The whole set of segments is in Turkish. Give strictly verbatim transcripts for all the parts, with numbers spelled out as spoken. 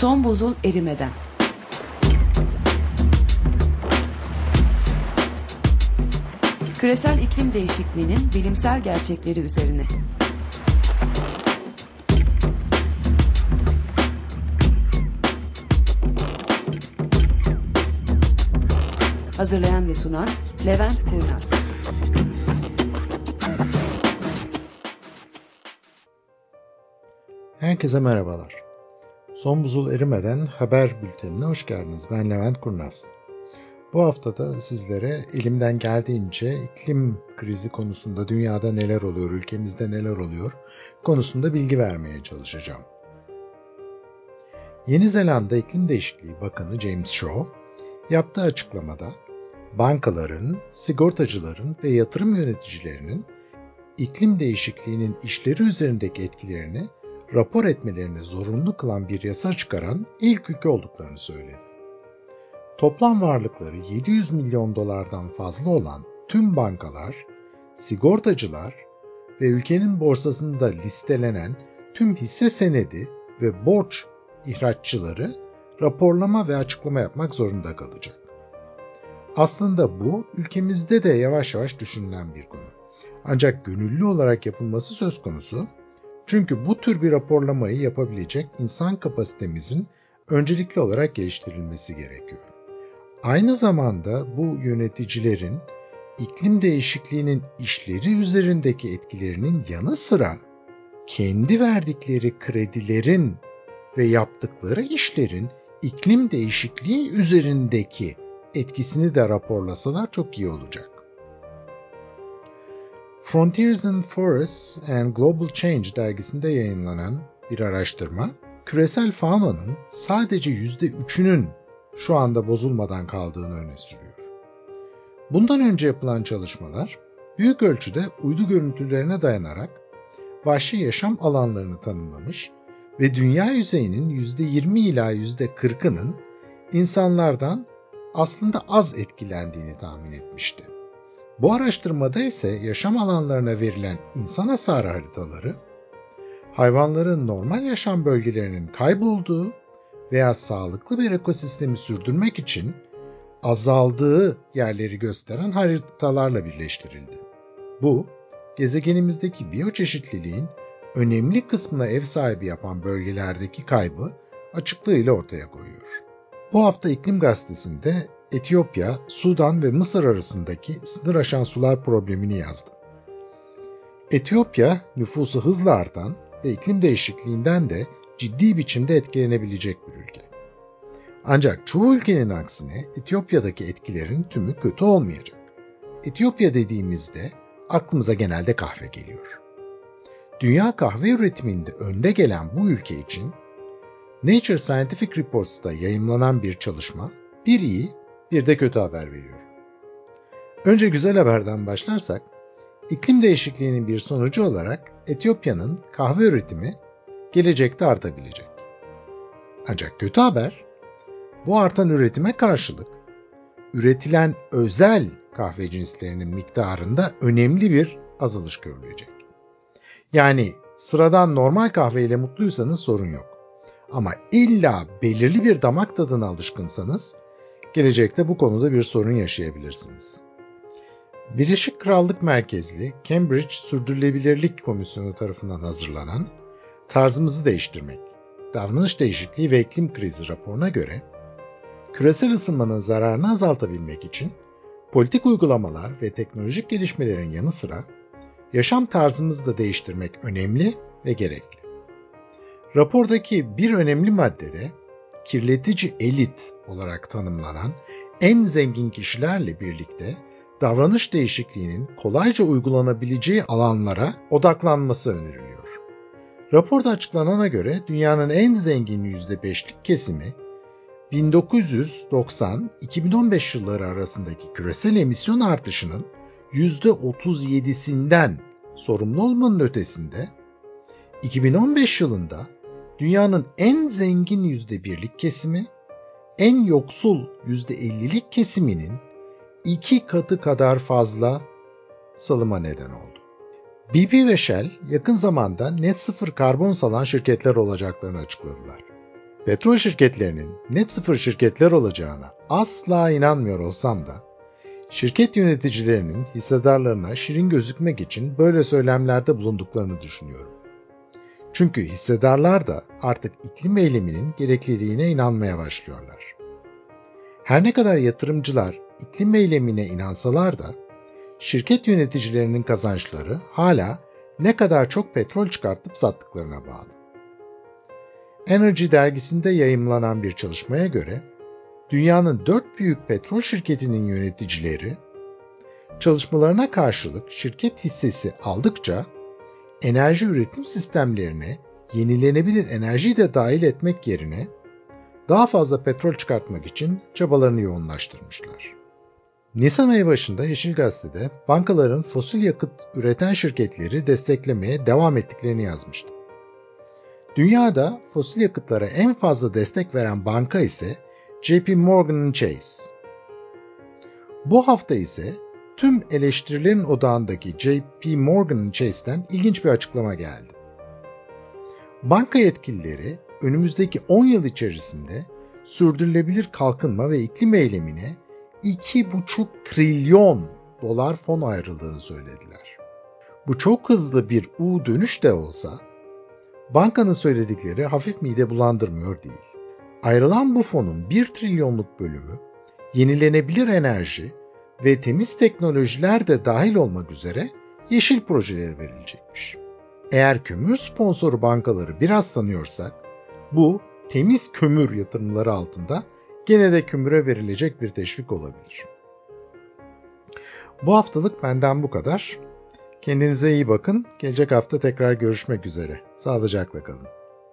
Son buzul erimeden. Küresel iklim değişikliğinin bilimsel gerçekleri üzerine. Hazırlayan ve sunan Levent Kurnaz. Herkese merhabalar. Son buzul erimeden haber bültenine hoş geldiniz. Ben Levent Kurnaz. Bu haftada sizlere elimden geldiğince iklim krizi konusunda dünyada neler oluyor, ülkemizde neler oluyor konusunda bilgi vermeye çalışacağım. Yeni Zelanda İklim Değişikliği Bakanı James Shaw yaptığı açıklamada bankaların, sigortacıların ve yatırım yöneticilerinin iklim değişikliğinin işleri üzerindeki etkilerini rapor etmelerini zorunlu kılan bir yasa çıkaran ilk ülke olduklarını söyledi. Toplam varlıkları yedi yüz milyon dolardan fazla olan tüm bankalar, sigortacılar ve ülkenin borsasında listelenen tüm hisse senedi ve borç ihraççıları raporlama ve açıklama yapmak zorunda kalacak. Aslında bu ülkemizde de yavaş yavaş düşünülen bir konu. Ancak gönüllü olarak yapılması söz konusu. Çünkü bu tür bir raporlamayı yapabilecek insan kapasitemizin öncelikli olarak geliştirilmesi gerekiyor. Aynı zamanda bu yöneticilerin iklim değişikliğinin işleri üzerindeki etkilerinin yanı sıra kendi verdikleri kredilerin ve yaptıkları işlerin iklim değişikliği üzerindeki etkisini de raporlasalar çok iyi olacak. Frontiers in Forests and Global Change dergisinde yayınlanan bir araştırma, küresel faunanın sadece yüzde üçünün şu anda bozulmadan kaldığını öne sürüyor. Bundan önce yapılan çalışmalar, büyük ölçüde uydu görüntülerine dayanarak vahşi yaşam alanlarını tanımlamış ve dünya yüzeyinin yüzde yirmi ila yüzde kırkının insanlardan aslında az etkilendiğini tahmin etmişti. Bu araştırmada ise yaşam alanlarına verilen insan hasarı haritaları, hayvanların normal yaşam bölgelerinin kaybolduğu veya sağlıklı bir ekosistemi sürdürmek için azaldığı yerleri gösteren haritalarla birleştirildi. Bu, gezegenimizdeki biyoçeşitliliğin önemli kısmına ev sahibi yapan bölgelerdeki kaybı açıklığıyla ortaya koyuyor. Bu hafta İklim Gazetesi'nde Etiyopya, Sudan ve Mısır arasındaki sınır aşan sular problemini yazdım. Etiyopya, nüfusu hızla artan ve iklim değişikliğinden de ciddi biçimde etkilenebilecek bir ülke. Ancak çoğu ülkenin aksine Etiyopya'daki etkilerin tümü kötü olmayacak. Etiyopya dediğimizde aklımıza genelde kahve geliyor. Dünya kahve üretiminde önde gelen bu ülke için Nature Scientific Reports'ta yayımlanan bir çalışma bir iyi bir de kötü haber veriyor. Önce güzel haberden başlarsak, iklim değişikliğinin bir sonucu olarak Etiyopya'nın kahve üretimi gelecekte artabilecek. Ancak kötü haber, bu artan üretime karşılık üretilen özel kahve cinslerinin miktarında önemli bir azalış görülecek. Yani sıradan normal kahveyle mutluysanız sorun yok. Ama illa belirli bir damak tadına alışkınsanız gelecekte bu konuda bir sorun yaşayabilirsiniz. Birleşik Krallık merkezli Cambridge Sürdürülebilirlik Komisyonu tarafından hazırlanan Tarzımızı Değiştirmek, Davranış Değişikliği ve İklim Krizi raporuna göre küresel ısınmanın zararını azaltabilmek için politik uygulamalar ve teknolojik gelişmelerin yanı sıra yaşam tarzımızı da değiştirmek önemli ve gerekli. Rapordaki bir önemli maddede kirletici elit olarak tanımlanan en zengin kişilerle birlikte davranış değişikliğinin kolayca uygulanabileceği alanlara odaklanması öneriliyor. Raporda açıklanana göre dünyanın en zengin yüzde beşlik kesimi bin dokuz yüz doksan iki bin on beş yılları arasındaki küresel emisyon artışının yüzde otuz yedisinden sorumlu olmanın ötesinde iki bin on beş yılında dünyanın en zengin yüzde birlik kesimi, en yoksul yüzde ellilik kesiminin iki katı kadar fazla salıma neden oldu. B P ve Shell yakın zamanda net sıfır karbon salan şirketler olacaklarını açıkladılar. Petrol şirketlerinin net sıfır şirketler olacağına asla inanmıyor olsam da, şirket yöneticilerinin hissedarlarına şirin gözükmek için böyle söylemlerde bulunduklarını düşünüyorum. Çünkü hissedarlar da artık iklim eyleminin gerekliliğine inanmaya başlıyorlar. Her ne kadar yatırımcılar iklim eylemine inansalar da, şirket yöneticilerinin kazançları hala ne kadar çok petrol çıkartıp sattıklarına bağlı. Energy dergisinde yayımlanan bir çalışmaya göre, dünyanın dört büyük petrol şirketinin yöneticileri, çalışmalarına karşılık şirket hissesi aldıkça, enerji üretim sistemlerine yenilenebilir enerjiyi de dahil etmek yerine, daha fazla petrol çıkartmak için çabalarını yoğunlaştırmışlar. Nisan ayı başında Yeşil Gazete'de bankaların fosil yakıt üreten şirketleri desteklemeye devam ettiklerini yazmıştı. Dünyada fosil yakıtlara en fazla destek veren banka ise J P Morgan Chase. Bu hafta ise tüm eleştirilerin odağındaki J P Morgan Chase'ten ilginç bir açıklama geldi. Banka yetkilileri önümüzdeki on yıl içerisinde sürdürülebilir kalkınma ve iklim eylemine iki buçuk trilyon dolar fon ayrıldığını söylediler. Bu çok hızlı bir U dönüş de olsa, bankanın söyledikleri hafif mide bulandırmıyor değil. Ayrılan bu fonun bir trilyonluk bölümü, yenilenebilir enerji ve temiz teknolojiler de dahil olmak üzere yeşil projelere verilecekmiş. Eğer kömür sponsoru bankaları biraz tanıyorsak, bu temiz kömür yatırımları altında gene de kömüre verilecek bir teşvik olabilir. Bu haftalık benden bu kadar. Kendinize iyi bakın. Gelecek hafta tekrar görüşmek üzere. Sağlıcakla kalın.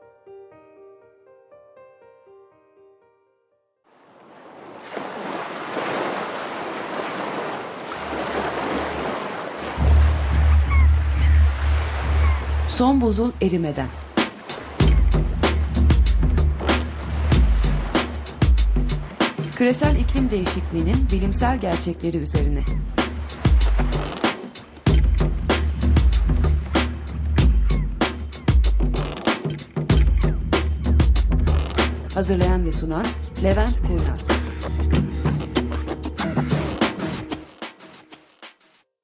Son buzul erimeden. Küresel iklim değişikliğinin bilimsel gerçekleri üzerine. Hazırlayan ve sunan Levent Kurnaz.